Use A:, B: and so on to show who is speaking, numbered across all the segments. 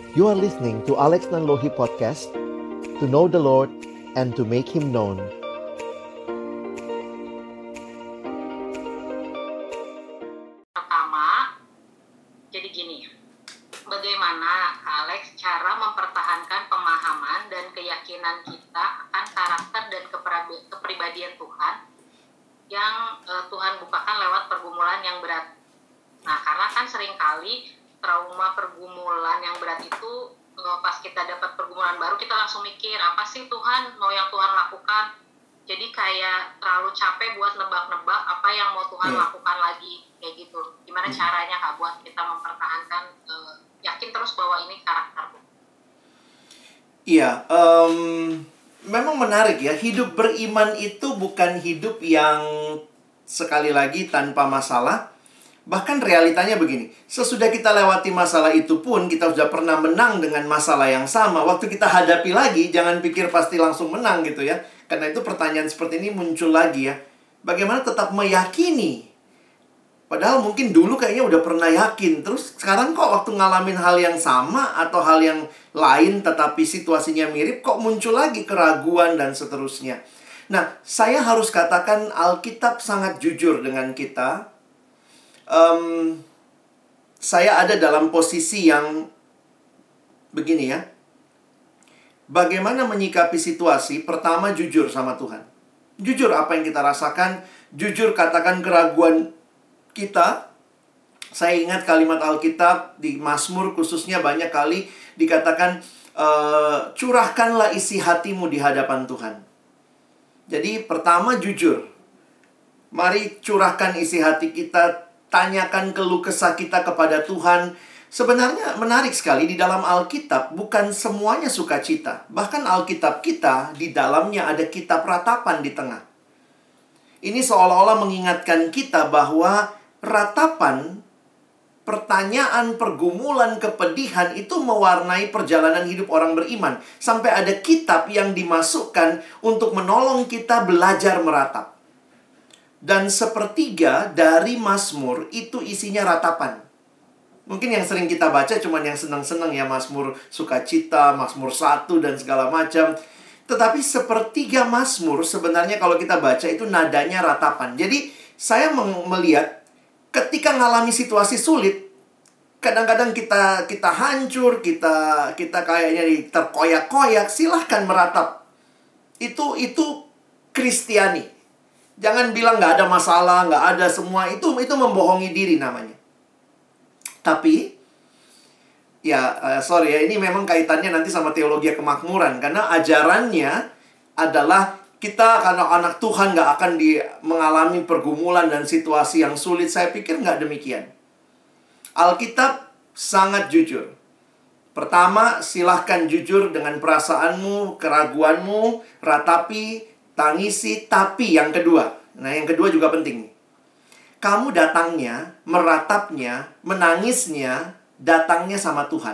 A: You are listening to Alex Nanlohi Podcast, to know the Lord and to make Him known.
B: Pertama, jadi gini, bagaimana Alex cara mempertahankan pemahaman dan keyakinan kita akan karakter dan kepribadian Tuhan yang Tuhan bukakan lewat pergumulan yang berat. Nah, karena kan seringkali trauma pergumulan yang berat itu pas kita dapat pergumulan baru kita langsung mikir apa sih Tuhan mau yang Tuhan lakukan, jadi kayak terlalu capek buat nebak-nebak apa yang mau Tuhan lakukan lagi kayak gitu. Gimana caranya Kak buat kita mempertahankan yakin terus bahwa ini karakter?
C: Iya, memang menarik ya. Hidup beriman itu bukan hidup yang sekali lagi tanpa masalah. Bahkan realitanya begini, sesudah kita lewati masalah itu pun, kita sudah pernah menang dengan masalah yang sama. Waktu kita hadapi lagi, jangan pikir pasti langsung menang gitu ya. Karena itu pertanyaan seperti ini muncul lagi ya. Bagaimana tetap meyakini? Padahal mungkin dulu kayaknya udah pernah yakin. Terus sekarang kok waktu ngalamin hal yang sama atau hal yang lain tetapi situasinya mirip, kok muncul lagi keraguan dan seterusnya. Nah, saya harus katakan Alkitab sangat jujur dengan kita. Saya ada dalam posisi yang begini ya. Bagaimana menyikapi situasi? Pertama, jujur sama Tuhan. Jujur apa yang kita rasakan. Jujur katakan keraguan kita. Saya ingat kalimat Alkitab di Mazmur khususnya banyak kali dikatakan, curahkanlah isi hatimu di hadapan Tuhan. Jadi pertama jujur. Mari curahkan isi hati kita. Tanyakan keluh kesah kita kepada Tuhan. Sebenarnya menarik sekali di dalam Alkitab bukan semuanya sukacita. Bahkan Alkitab kita di dalamnya ada kitab ratapan di tengah. Ini seolah-olah mengingatkan kita bahwa ratapan, pertanyaan, pergumulan, kepedihan itu mewarnai perjalanan hidup orang beriman. Sampai ada kitab yang dimasukkan untuk menolong kita belajar meratap. Dan sepertiga dari Mazmur itu isinya ratapan. Mungkin yang sering kita baca cuman yang senang-senang ya, Mazmur sukacita, Mazmur 1 dan segala macam. Tetapi sepertiga Mazmur sebenarnya kalau kita baca itu nadanya ratapan. Jadi saya melihat ketika ngalami situasi sulit, kadang-kadang kita hancur, kita kayaknya terkoyak-koyak, silahkan meratap. Itu Kristiani. Jangan bilang nggak ada masalah, nggak ada semua. Itu membohongi diri namanya. Tapi, sorry ya, ini memang kaitannya nanti sama teologi kemakmuran. Karena ajarannya adalah kita karena anak Tuhan nggak akan mengalami pergumulan dan situasi yang sulit. Saya pikir nggak demikian. Alkitab sangat jujur. Pertama, silahkan jujur dengan perasaanmu, keraguanmu, ratapi, tangisi, tapi yang kedua. Nah, yang kedua juga penting. Kamu datangnya, meratapnya, menangisnya, datangnya sama Tuhan.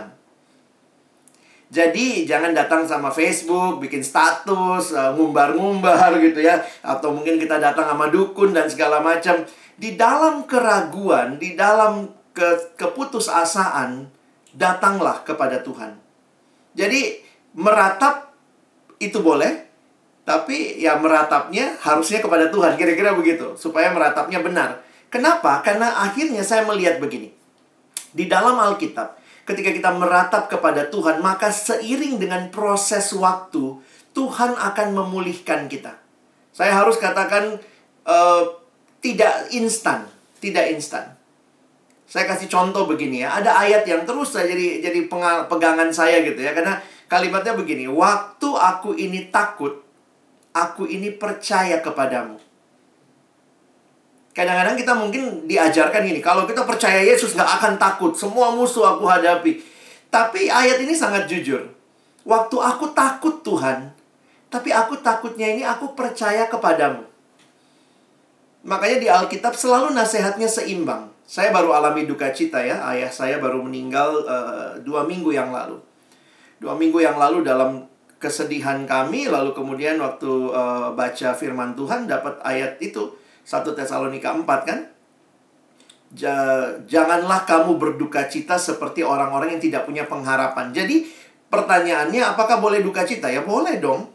C: Jadi, jangan datang sama Facebook, bikin status, ngumbar-ngumbar gitu ya. Atau mungkin kita datang sama dukun dan segala macam. Di dalam keraguan, di dalam keputusasaan, datanglah kepada Tuhan. Jadi, meratap itu boleh. Tapi ya meratapnya harusnya kepada Tuhan. Kira-kira begitu. Supaya meratapnya benar. Kenapa? Karena akhirnya saya melihat begini. Di dalam Alkitab, ketika kita meratap kepada Tuhan, maka seiring dengan proses waktu, Tuhan akan memulihkan kita. Saya harus katakan tidak instan. Tidak instan. Saya kasih contoh begini ya. Ada ayat yang terus saya jadi pegangan saya gitu ya. Karena kalimatnya begini. Waktu aku ini takut, aku ini percaya kepadamu. Kadang-kadang kita mungkin diajarkan gini, kalau kita percaya Yesus gak akan takut, semua musuh aku hadapi. Tapi ayat ini sangat jujur. Waktu aku takut Tuhan, tapi aku takutnya ini aku percaya kepadamu. Makanya di Alkitab selalu nasihatnya seimbang. Saya baru alami duka cita ya, ayah saya baru meninggal 2 minggu yang lalu. 2 minggu yang lalu dalam kesedihan kami, lalu kemudian waktu baca firman Tuhan dapat ayat itu 1 Tesalonika 4 kan. Janganlah kamu berduka cita seperti orang-orang yang tidak punya pengharapan. Jadi pertanyaannya, apakah boleh duka cita? Ya boleh dong.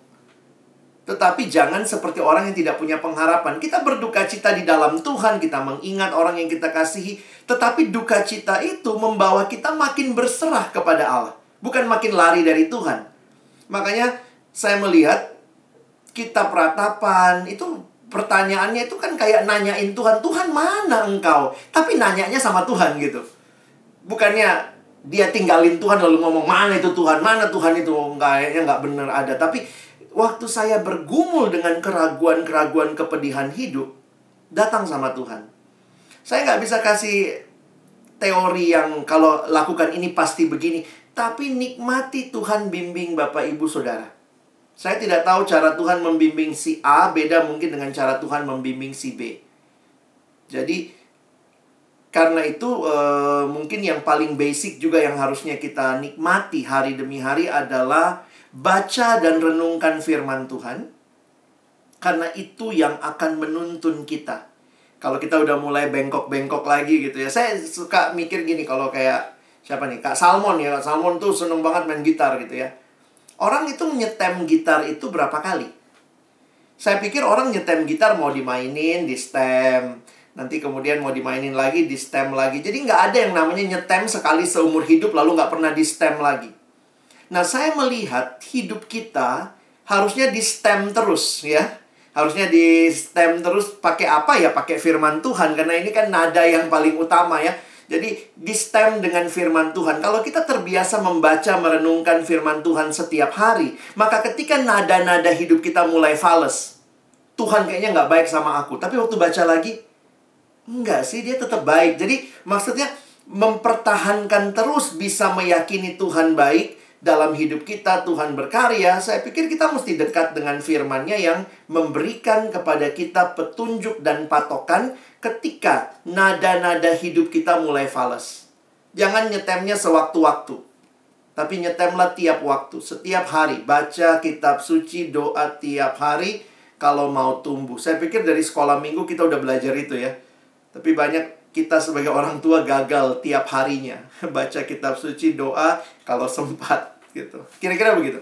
C: Tetapi jangan seperti orang yang tidak punya pengharapan. Kita berduka cita di dalam Tuhan, kita mengingat orang yang kita kasihi. Tetapi duka cita itu membawa kita makin berserah kepada Allah, bukan makin lari dari Tuhan. Makanya saya melihat kitab Ratapan itu pertanyaannya itu kan kayak nanyain Tuhan, Tuhan mana engkau? Tapi nanyanya sama Tuhan gitu. Bukannya dia tinggalin Tuhan lalu ngomong, mana itu Tuhan? Mana Tuhan itu? Kayaknya nggak benar ada. Tapi waktu saya bergumul dengan keraguan-keraguan kepedihan hidup, datang sama Tuhan. Saya nggak bisa kasih teori yang kalau lakukan ini pasti begini. Tapi nikmati Tuhan bimbing Bapak Ibu Saudara. Saya tidak tahu cara Tuhan membimbing si A beda mungkin dengan cara Tuhan membimbing si B. Jadi karena itu mungkin yang paling basic juga yang harusnya kita nikmati hari demi hari adalah baca dan renungkan firman Tuhan. Karena itu yang akan menuntun kita. Kalau kita udah mulai bengkok-bengkok lagi gitu ya. Saya suka mikir gini, kalau kayak siapa nih? Kak Salmon ya. Kak Salmon tuh seneng banget main gitar gitu ya. Orang itu nyetem gitar itu berapa kali? Saya pikir orang nyetem gitar mau dimainin, di stem. Nanti kemudian mau dimainin lagi, di stem lagi. Jadi nggak ada yang namanya nyetem sekali seumur hidup lalu nggak pernah di stem lagi. Nah, saya melihat hidup kita harusnya di stem terus ya. Harusnya di stem terus pakai apa ya? Pakai firman Tuhan. Karena ini kan nada yang paling utama ya. Jadi di stem dengan firman Tuhan. Kalau kita terbiasa membaca, merenungkan firman Tuhan setiap hari, maka ketika nada-nada hidup kita mulai fales, Tuhan kayaknya nggak baik sama aku. Tapi waktu baca lagi, enggak sih, dia tetap baik. Jadi maksudnya mempertahankan terus bisa meyakini Tuhan baik dalam hidup kita, Tuhan berkarya. Saya pikir kita mesti dekat dengan firman-Nya yang memberikan kepada kita petunjuk dan patokan ketika nada-nada hidup kita mulai fales. Jangan nyetemnya sewaktu-waktu, tapi nyetemlah tiap waktu, setiap hari. Baca kitab suci, doa tiap hari kalau mau tumbuh. Saya pikir dari sekolah minggu kita udah belajar itu ya. Tapi banyak kita sebagai orang tua gagal tiap harinya. Baca kitab suci, doa kalau sempat gitu. Kira-kira begitu.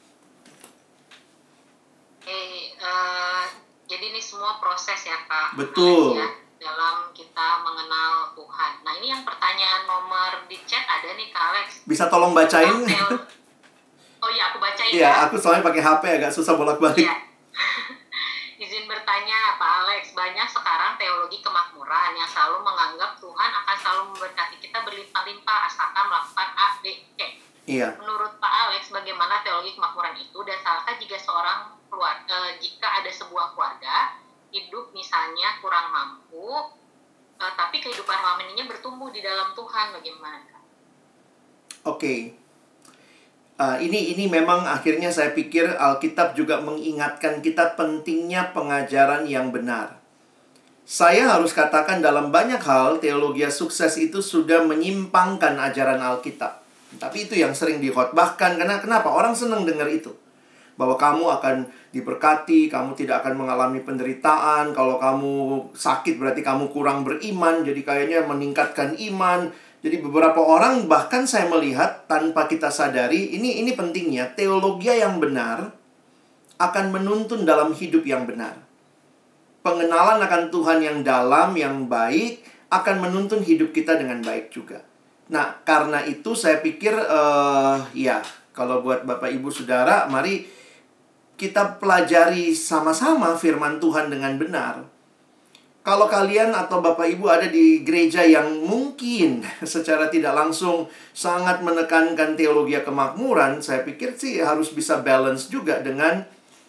B: Jadi ini semua proses ya Kak.
C: Betul.
B: Ya, dalam kita mengenal Tuhan. Nah, ini yang pertanyaan nomor di chat ada nih Kak Alex.
C: Bisa tolong bacain?
B: Oh iya, aku bacain
C: ya. Iya,
B: ya.
C: aku soalnya pakai HP agak susah bolak-balik.
B: Iya. Izin bertanya Pak Alex, banyak sekarang teologi kemakmuran yang selalu menganggap Tuhan akan selalu memberkati kita berlimpah-limpah asalkan melakukan A, B, C.
C: Iya.
B: Menurut Pak Alex, bagaimana teologi kemakmuran itu, dan salahkah jika jika ada sebuah keluarga hidup misalnya kurang mampu, tapi kehidupan rohaninya bertumbuh di dalam Tuhan, bagaimana?
C: Oke. Ini memang akhirnya saya pikir Alkitab juga mengingatkan kita pentingnya pengajaran yang benar. Saya harus katakan dalam banyak hal teologi sukses itu sudah menyimpangkan ajaran Alkitab. Tapi itu yang sering dikhotbahkan. Karena kenapa? Orang senang dengar itu. Bahwa kamu akan diberkati, kamu tidak akan mengalami penderitaan. Kalau kamu sakit berarti kamu kurang beriman, jadi kayaknya meningkatkan iman. Jadi beberapa orang bahkan saya melihat tanpa kita sadari, ini pentingnya, teologi yang benar akan menuntun dalam hidup yang benar. Pengenalan akan Tuhan yang dalam, yang baik, akan menuntun hidup kita dengan baik juga. Nah, karena itu saya pikir, kalau buat Bapak Ibu Saudara, mari kita pelajari sama-sama firman Tuhan dengan benar. Kalau kalian atau Bapak Ibu ada di gereja yang mungkin secara tidak langsung sangat menekankan teologi kemakmuran, saya pikir sih harus bisa balance juga dengan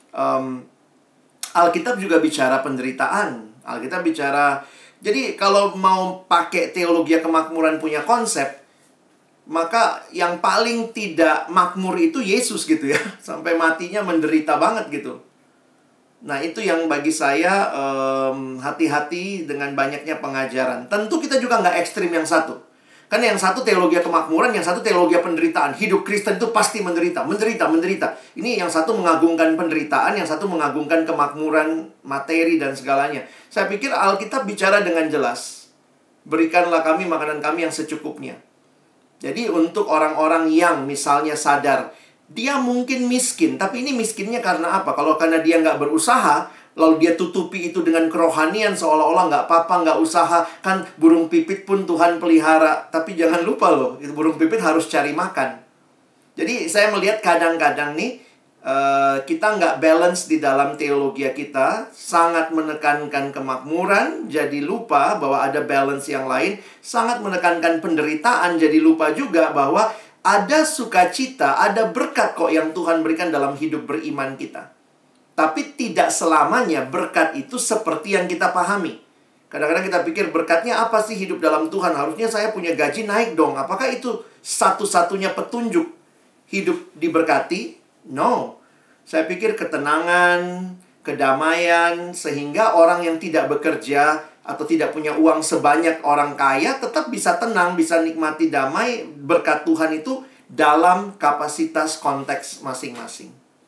C: Alkitab juga bicara penderitaan. Alkitab bicara, jadi kalau mau pakai teologi kemakmuran punya konsep, maka yang paling tidak makmur itu Yesus gitu ya. Sampai matinya menderita banget gitu. Nah, itu yang bagi saya hati-hati dengan banyaknya pengajaran. Tentu kita juga nggak ekstrim yang satu. Karena yang satu teologi kemakmuran, yang satu teologi penderitaan. Hidup Kristen itu pasti menderita. Ini yang satu mengagungkan penderitaan, yang satu mengagungkan kemakmuran materi dan segalanya. Saya pikir Alkitab bicara dengan jelas. Berikanlah kami makanan kami yang secukupnya. Jadi untuk orang-orang yang misalnya sadar, dia mungkin miskin, tapi ini miskinnya karena apa? Kalau karena dia nggak berusaha, lalu dia tutupi itu dengan kerohanian, seolah-olah nggak apa-apa, nggak usaha. Kan burung pipit pun Tuhan pelihara. Tapi jangan lupa loh, itu burung pipit harus cari makan. Jadi saya melihat kadang-kadang nih, kita nggak balance di dalam teologi kita, sangat menekankan kemakmuran, jadi lupa bahwa ada balance yang lain, sangat menekankan penderitaan, jadi lupa juga bahwa ada sukacita, ada berkat kok yang Tuhan berikan dalam hidup beriman kita. Tapi tidak selamanya berkat itu seperti yang kita pahami. Kadang-kadang kita pikir berkatnya apa sih hidup dalam Tuhan? Harusnya saya punya gaji naik dong. Apakah itu satu-satunya petunjuk hidup diberkati? No. Saya pikir ketenangan, kedamaian, sehingga orang yang tidak bekerja atau tidak punya uang sebanyak orang kaya tetap bisa tenang, bisa nikmati damai. Berkat Tuhan itu dalam kapasitas konteks masing-masing.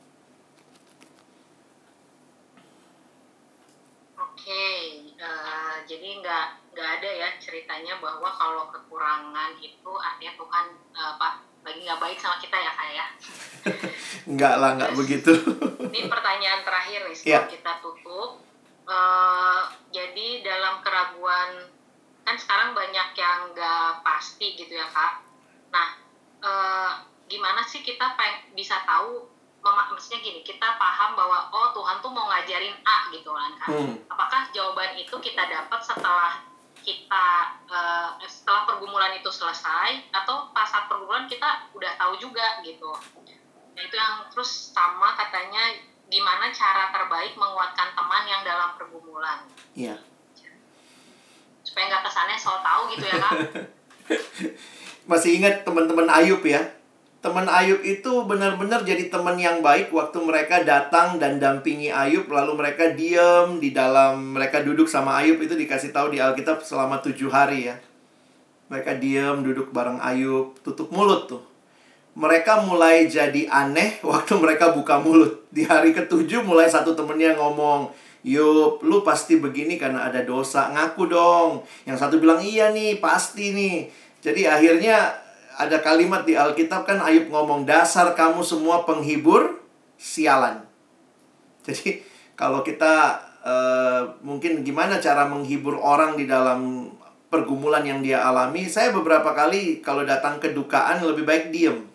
B: Oke, jadi nggak ada ya ceritanya bahwa kalau kekurangan itu artinya Tuhan lagi nggak baik sama kita ya Kak ya.
C: Enggak lah, enggak begitu.
B: Ini pertanyaan terakhir nih sebelum kita tutup. Jadi dalam keraguan, kan sekarang banyak yang nggak pasti gitu ya Kak. Nah, gimana sih kita bisa tahu, maksudnya gini, kita paham bahwa oh Tuhan tuh mau ngajarin A gitu kan. Apakah jawaban itu kita dapat setelah setelah pergumulan itu selesai, atau pas saat pergumulan kita udah tahu juga gitu. Nah itu yang terus sama katanya, gimana cara terbaik menguatkan teman yang dalam pergumulan.
C: Iya.
B: Supaya nggak kesannya so tahu gitu ya Kak.
C: Masih ingat teman-teman Ayub ya? Teman Ayub itu benar-benar jadi teman yang baik waktu mereka datang dan dampingi Ayub. Lalu mereka diam di dalam, mereka duduk sama Ayub, itu dikasih tahu di Alkitab selama 7 hari ya. Mereka diam, duduk bareng Ayub, tutup mulut tuh. Mereka mulai jadi aneh waktu mereka buka mulut. Di hari ke-7 mulai satu temennya ngomong, Yub, lu pasti begini karena ada dosa, ngaku dong. Yang satu bilang, iya nih, pasti nih. Jadi akhirnya ada kalimat di Alkitab kan, Ayub ngomong, dasar kamu semua penghibur sialan. Jadi kalau kita mungkin gimana cara menghibur orang di dalam pergumulan yang dia alami, saya beberapa kali kalau datang ke dukaan lebih baik diem.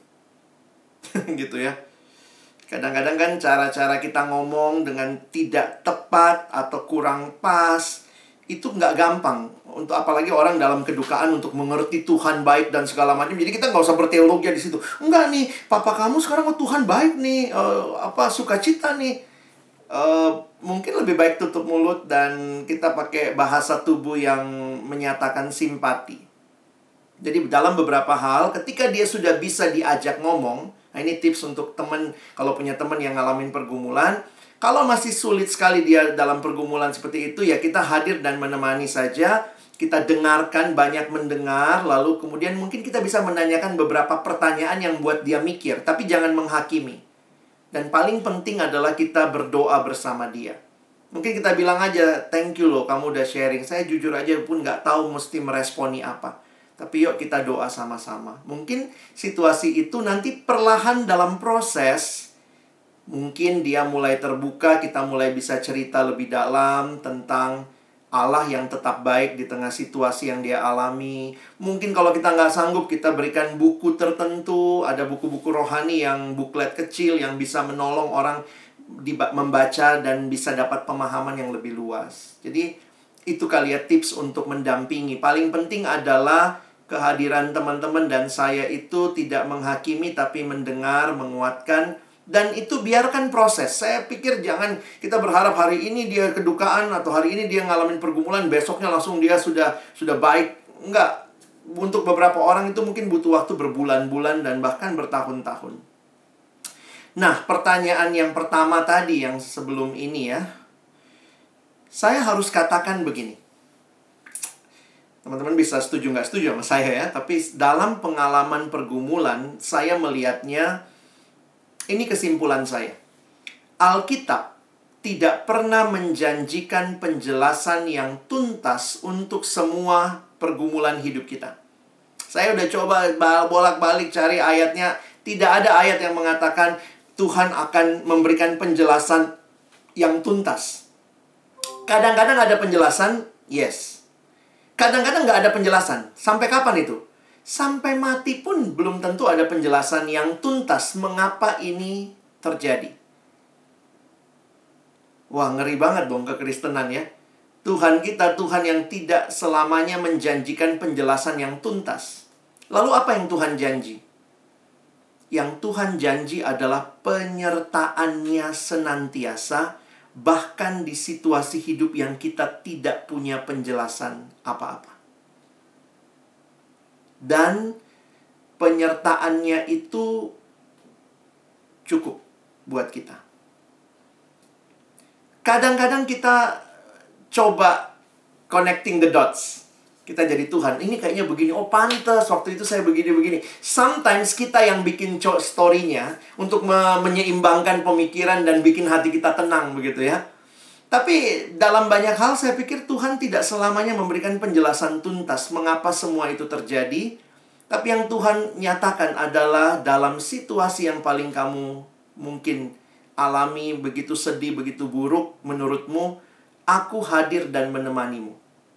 C: Gitu ya. Kadang-kadang kan cara-cara kita ngomong dengan tidak tepat atau kurang pas, itu nggak gampang. Untuk apalagi orang dalam kedukaan untuk mengerti Tuhan baik dan segala macam. Jadi kita nggak usah berteologi di situ. Enggak nih, papa kamu sekarang Tuhan baik nih, sukacita nih. Mungkin lebih baik tutup mulut dan kita pakai bahasa tubuh yang menyatakan simpati. Jadi dalam beberapa hal, ketika dia sudah bisa diajak ngomong, nah ini tips untuk teman, kalau punya teman yang ngalamin pergumulan. Kalau masih sulit sekali dia dalam pergumulan seperti itu, ya kita hadir dan menemani saja. Kita dengarkan, banyak mendengar. Lalu kemudian mungkin kita bisa menanyakan beberapa pertanyaan yang buat dia mikir. Tapi jangan menghakimi. Dan paling penting adalah kita berdoa bersama dia. Mungkin kita bilang aja, thank you loh kamu udah sharing. Saya jujur aja pun nggak tahu mesti meresponi apa. Tapi yuk kita doa sama-sama. Mungkin situasi itu nanti perlahan dalam proses, mungkin dia mulai terbuka, kita mulai bisa cerita lebih dalam tentang Allah yang tetap baik di tengah situasi yang dia alami. Mungkin kalau kita nggak sanggup, kita berikan buku tertentu. Ada buku-buku rohani yang buklet kecil yang bisa menolong orang membaca dan bisa dapat pemahaman yang lebih luas. Jadi itu kali ya tips untuk mendampingi. Paling penting adalah kehadiran teman-teman dan saya itu tidak menghakimi tapi mendengar, menguatkan. Dan itu biarkan proses. Saya pikir jangan kita berharap hari ini dia kedukaan atau hari ini dia ngalamin pergumulan, besoknya langsung dia sudah baik. Enggak. Untuk beberapa orang itu mungkin butuh waktu berbulan-bulan dan bahkan bertahun-tahun. Nah, pertanyaan yang pertama tadi yang sebelum ini ya, saya harus katakan begini. Teman-teman bisa setuju nggak setuju sama saya ya, tapi dalam pengalaman pergumulan, saya melihatnya, ini kesimpulan saya. Alkitab tidak pernah menjanjikan penjelasan yang tuntas untuk semua pergumulan hidup kita. Saya udah coba bolak-balik cari ayatnya. Tidak ada ayat yang mengatakan Tuhan akan memberikan penjelasan yang tuntas. Kadang-kadang ada penjelasan, yes. Kadang-kadang nggak ada penjelasan. Sampai kapan itu? Sampai mati pun belum tentu ada penjelasan yang tuntas mengapa ini terjadi. Wah, ngeri banget dong kekristenan ya. Tuhan kita Tuhan yang tidak selamanya menjanjikan penjelasan yang tuntas. Lalu apa yang Tuhan janji? Yang Tuhan janji adalah penyertaannya senantiasa, bahkan di situasi hidup yang kita tidak punya penjelasan apa-apa. Dan penyertaannya itu cukup buat kita. Kadang-kadang kita coba connecting the dots. Kita jadi Tuhan, ini kayaknya begini. Oh pantes, waktu itu saya begini-begini. Sometimes kita yang bikin story-nya untuk menyeimbangkan pemikiran dan bikin hati kita tenang begitu ya. Tapi dalam banyak hal saya pikir Tuhan tidak selamanya memberikan penjelasan tuntas mengapa semua itu terjadi. Tapi yang Tuhan nyatakan adalah dalam situasi yang paling kamu mungkin alami, begitu sedih, begitu buruk menurutmu, aku hadir dan menemanimu.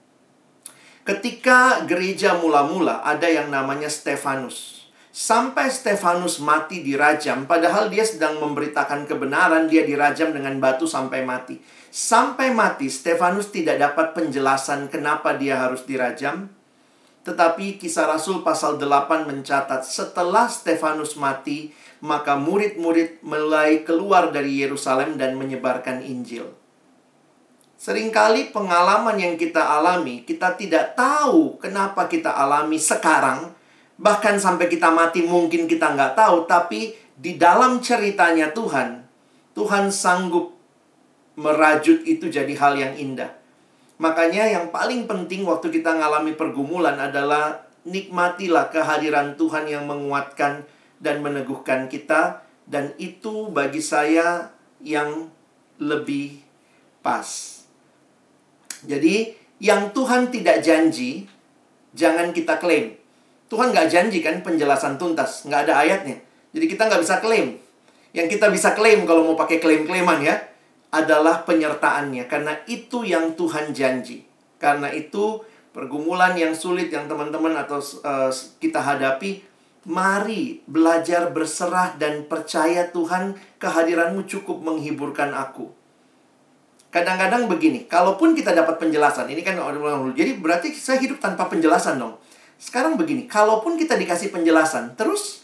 C: Ketika gereja mula-mula ada yang namanya Stefanus. Sampai Stefanus mati dirajam, padahal dia sedang memberitakan kebenaran, dia dirajam dengan batu sampai mati. Sampai mati, Stefanus tidak dapat penjelasan kenapa dia harus dirajam. Tetapi Kisah Rasul pasal 8 mencatat, setelah Stefanus mati, maka murid-murid mulai keluar dari Yerusalem dan menyebarkan Injil. Seringkali pengalaman yang kita alami, kita tidak tahu kenapa kita alami sekarang. Bahkan sampai kita mati mungkin kita nggak tahu. Tapi di dalam ceritanya Tuhan, Tuhan sanggup merajut itu jadi hal yang indah. Makanya yang paling penting waktu kita ngalami pergumulan adalah nikmatilah kehadiran Tuhan yang menguatkan dan meneguhkan kita. Dan itu bagi saya yang lebih pas. Jadi yang Tuhan tidak janji, jangan kita klaim. Tuhan nggak janji kan penjelasan tuntas. Nggak ada ayatnya. Jadi kita nggak bisa klaim. Yang kita bisa klaim kalau mau pakai klaim-klaiman ya, adalah penyertaannya. Karena itu yang Tuhan janji. Karena itu pergumulan yang sulit yang teman-teman atau kita hadapi, mari belajar berserah dan percaya Tuhan, kehadiranmu cukup menghiburkan aku. Kadang-kadang begini, kalaupun kita dapat penjelasan, ini kan jadi berarti saya hidup tanpa penjelasan dong. Sekarang begini, kalaupun kita dikasih penjelasan, terus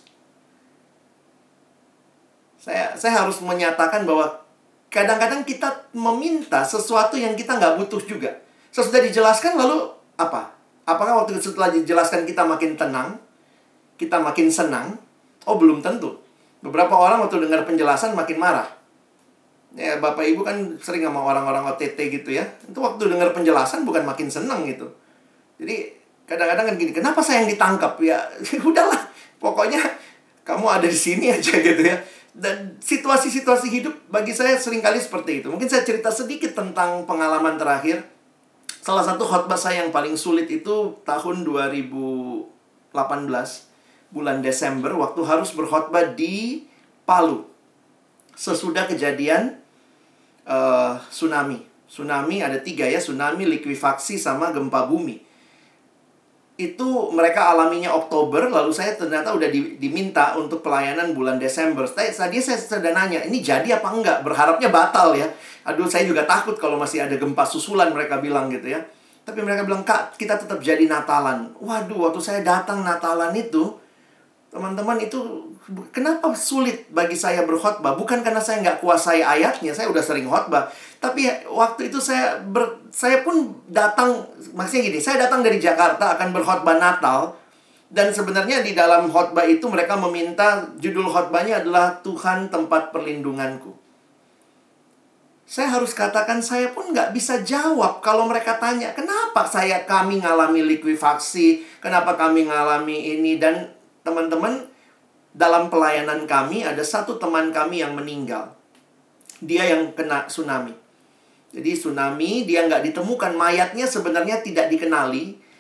C: saya harus menyatakan bahwa kadang-kadang kita meminta sesuatu yang kita nggak butuh juga. Sesudah dijelaskan lalu apa? Apakah waktu setelah dijelaskan kita makin tenang? Kita makin senang? Oh belum tentu. Beberapa orang waktu dengar penjelasan makin marah. Ya Bapak Ibu kan sering sama orang-orang OTT gitu ya. Itu waktu dengar penjelasan bukan makin senang gitu. Jadi kadang-kadang kan gini, kenapa saya yang ditangkap? Ya udahlah, pokoknya kamu ada di sini aja gitu ya. Dan situasi-situasi hidup bagi saya seringkali seperti itu. Mungkin saya cerita sedikit tentang pengalaman terakhir. Salah satu khotbah saya yang paling sulit itu tahun 2018, bulan Desember, waktu harus berkhotbah di Palu. Sesudah kejadian tsunami. Tsunami ada 3 ya, tsunami, likuifaksi, sama gempa bumi. Itu mereka alaminya Oktober, lalu saya ternyata udah diminta untuk pelayanan bulan Desember. Tadi saya sudah nanya, ini jadi apa enggak? Berharapnya batal ya. Aduh, saya juga takut kalau masih ada gempa susulan, mereka bilang gitu ya. Tapi mereka bilang, Kak, kita tetap jadi Natalan. Waduh, waktu saya datang Natalan itu, teman-teman itu, kenapa sulit bagi saya berkhotbah? Bukan karena saya nggak kuasai ayatnya, saya udah sering khotbah. Tapi waktu itu saya pun datang, maksudnya gini, saya datang dari Jakarta akan berkhotbah Natal. Dan sebenarnya di dalam khotbah itu mereka meminta, judul khotbahnya adalah Tuhan tempat perlindunganku. Saya harus katakan saya pun nggak bisa jawab kalau mereka tanya, kenapa kami ngalami likuifaksi, kenapa kami ngalami ini. Dan teman-teman, dalam pelayanan kami ada satu teman kami yang meninggal. Dia yang kena tsunami. Jadi tsunami, dia nggak ditemukan. Mayatnya sebenarnya tidak dikenali.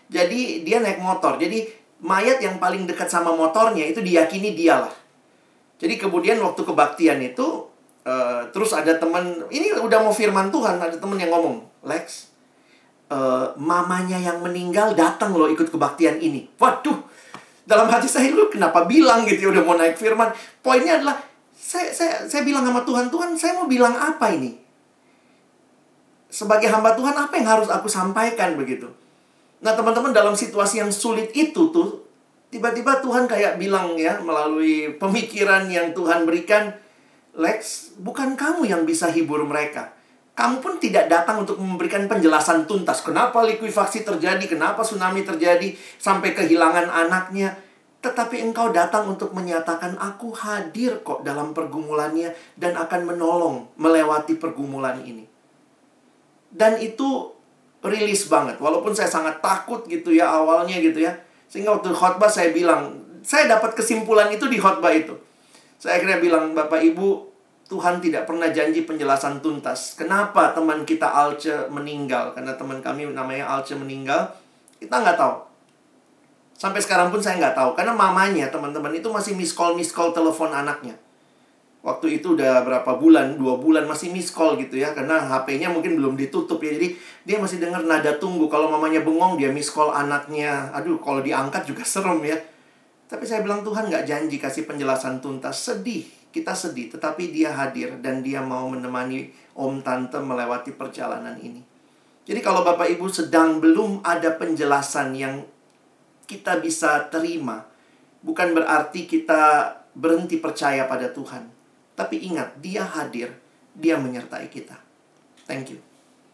C: Jadi dia naik motor. Jadi mayat yang paling dekat sama motornya itu diyakini dialah. Jadi kemudian waktu kebaktian itu terus ada teman, ini udah mau firman Tuhan, ada teman yang ngomong, Lex, mamanya yang meninggal datang loh ikut kebaktian ini. Waduh, dalam hati saya, lu kenapa bilang gitu ya, udah mau naik firman. Poinnya adalah saya bilang sama Tuhan, Tuhan saya mau bilang apa ini? Sebagai hamba Tuhan apa yang harus aku sampaikan begitu? Nah teman-teman, dalam situasi yang sulit itu tuh, tiba-tiba Tuhan kayak bilang ya, melalui pemikiran yang Tuhan berikan, Lex, bukan kamu yang bisa hibur mereka. Kamu pun tidak datang untuk memberikan penjelasan tuntas. Kenapa likuifaksi terjadi, kenapa tsunami terjadi, sampai kehilangan anaknya. Tetapi engkau datang untuk menyatakan, aku hadir kok dalam pergumulannya dan akan menolong melewati pergumulan ini. Dan itu rilis banget. Walaupun saya sangat takut gitu ya awalnya gitu ya. Sehingga waktu khotbah saya bilang, saya dapat kesimpulan itu di khotbah itu. Saya akhirnya bilang, Bapak Ibu, Tuhan tidak pernah janji penjelasan tuntas. Kenapa teman kita Alce meninggal? Karena teman kami namanya Alce meninggal. Kita nggak tahu. Sampai sekarang pun saya nggak tahu. Karena mamanya, teman-teman, itu masih miss call telepon anaknya. Waktu itu udah berapa bulan, 2 bulan masih miss call gitu ya. Karena HP-nya mungkin belum ditutup ya. Jadi dia masih dengar nada tunggu. Kalau mamanya bengong, dia miss call anaknya. Aduh, kalau diangkat juga serem ya. Tapi saya bilang, Tuhan nggak janji kasih penjelasan tuntas. Sedih, kita sedih. Tetapi dia hadir dan dia mau menemani om tante melewati perjalanan ini. Jadi kalau Bapak Ibu sedang belum ada penjelasan yang kita bisa terima, bukan berarti kita berhenti percaya pada Tuhan. Tapi ingat, dia hadir, dia menyertai kita. Thank you.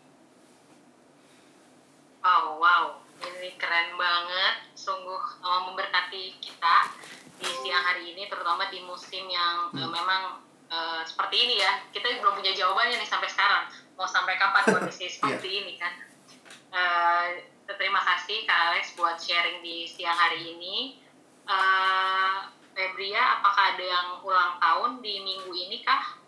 B: Wow, ini keren banget, sungguh memberkati kita di siang hari ini, terutama di musim yang memang seperti ini ya. Kita belum punya jawabannya nih sampai sekarang, mau sampai kapan kondisi seperti ini kan. Terima kasih Kak Alex buat sharing di siang hari ini. Febria, apakah ada yang ulang tahun di minggu ini kah?